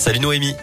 Salut Noémie.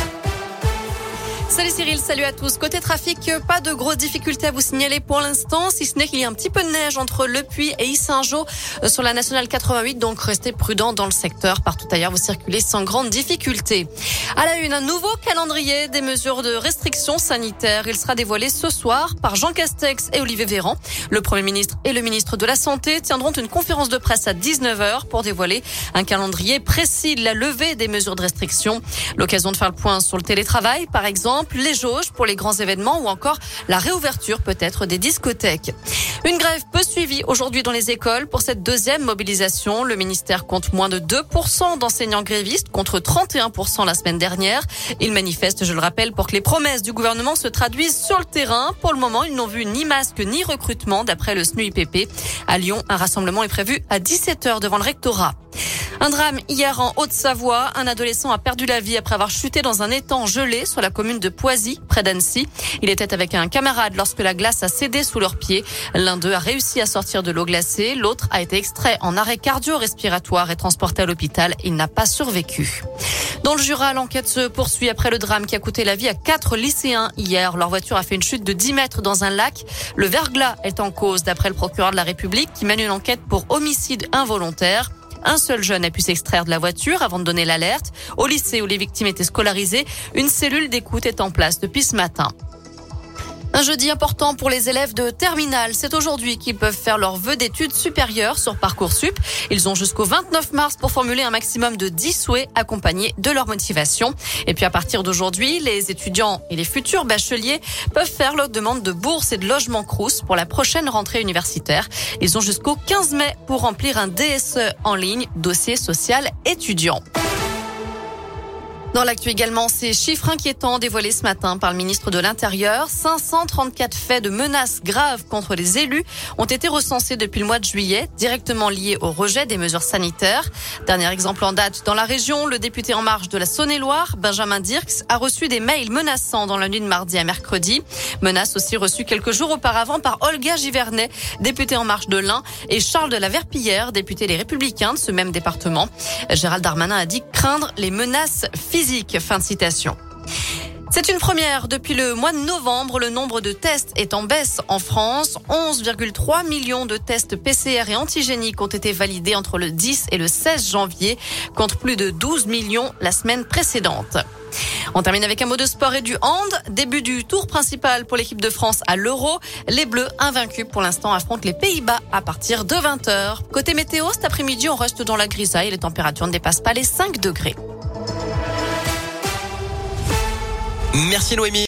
Salut Cyril, salut à tous. Côté trafic, pas de grosses difficultés à vous signaler pour l'instant, si ce n'est qu'il y a un petit peu de neige entre Le Puy et Yssingeaux sur la nationale 88, donc restez prudents dans le secteur. Partout ailleurs, vous circulez sans grande difficulté. À la une, un nouveau calendrier des mesures de restrictions sanitaires. Il sera dévoilé ce soir par Jean Castex et Olivier Véran. Le Premier ministre et le ministre de la Santé tiendront une conférence de presse à 19h pour dévoiler un calendrier précis de la levée des mesures de restriction. L'occasion de faire le point sur le télétravail, par exemple, les jauges pour les grands événements ou encore la réouverture peut-être des discothèques. Une grève peu suivie aujourd'hui dans les écoles pour cette deuxième mobilisation. Le ministère compte moins de 2% d'enseignants grévistes contre 31% la semaine dernière. Ils manifestent, je le rappelle, pour que les promesses du gouvernement se traduisent sur le terrain. Pour le moment, ils n'ont vu ni masque ni recrutement d'après le SNUIPP. À Lyon, un rassemblement est prévu à 17h devant le rectorat. Un drame hier en Haute-Savoie. Un adolescent a perdu la vie après avoir chuté dans un étang gelé sur la commune de Poisy, près d'Annecy. Il était avec un camarade lorsque la glace a cédé sous leurs pieds. L'un d'eux a réussi à sortir de l'eau glacée. L'autre a été extrait en arrêt cardio-respiratoire et transporté à l'hôpital. Il n'a pas survécu. Dans le Jura, l'enquête se poursuit après le drame qui a coûté la vie à 4 lycéens hier. Leur voiture a fait une chute de 10 mètres dans un lac. Le verglas est en cause d'après le procureur de la République qui mène une enquête pour homicide involontaire. Un seul jeune a pu s'extraire de la voiture avant de donner l'alerte. Au lycée où les victimes étaient scolarisées, une cellule d'écoute est en place depuis ce matin. Un jeudi important pour les élèves de terminale. C'est aujourd'hui qu'ils peuvent faire leurs vœux d'études supérieures sur Parcoursup. Ils ont jusqu'au 29 mars pour formuler un maximum de 10 souhaits accompagnés de leur motivation. Et puis à partir d'aujourd'hui, les étudiants et les futurs bacheliers peuvent faire leur demande de bourse et de logement Crous pour la prochaine rentrée universitaire. Ils ont jusqu'au 15 mai pour remplir un DSE en ligne, dossier social étudiant. Dans l'actu également, ces chiffres inquiétants dévoilés ce matin par le ministre de l'Intérieur. 534 faits de menaces graves contre les élus ont été recensés depuis le mois de juillet, directement liés au rejet des mesures sanitaires. Dernier exemple en date dans la région, le député En Marche de la Saône-et-Loire, Benjamin Dirks, a reçu des mails menaçants dans la nuit de mardi à mercredi. Menaces aussi reçues quelques jours auparavant par Olga Givernet, députée En Marche de l'Ain, et Charles de la Verpillière, député Les Républicains de ce même département. Gérald Darmanin a dit craindre les menaces physiques. Fin de citation. C'est une première. Depuis le mois de novembre, le nombre de tests est en baisse en France. 11,3 millions de tests PCR et antigéniques ont été validés entre le 10 et le 16 janvier, contre plus de 12 millions la semaine précédente. On termine avec un mot de sport et du hand. Début du tour principal pour l'équipe de France à l'Euro. Les Bleus, invaincus pour l'instant, affrontent les Pays-Bas à partir de 20h. Côté météo, cet après-midi, on reste dans la grisaille. Les températures ne dépassent pas les 5 degrés. Merci Noémie.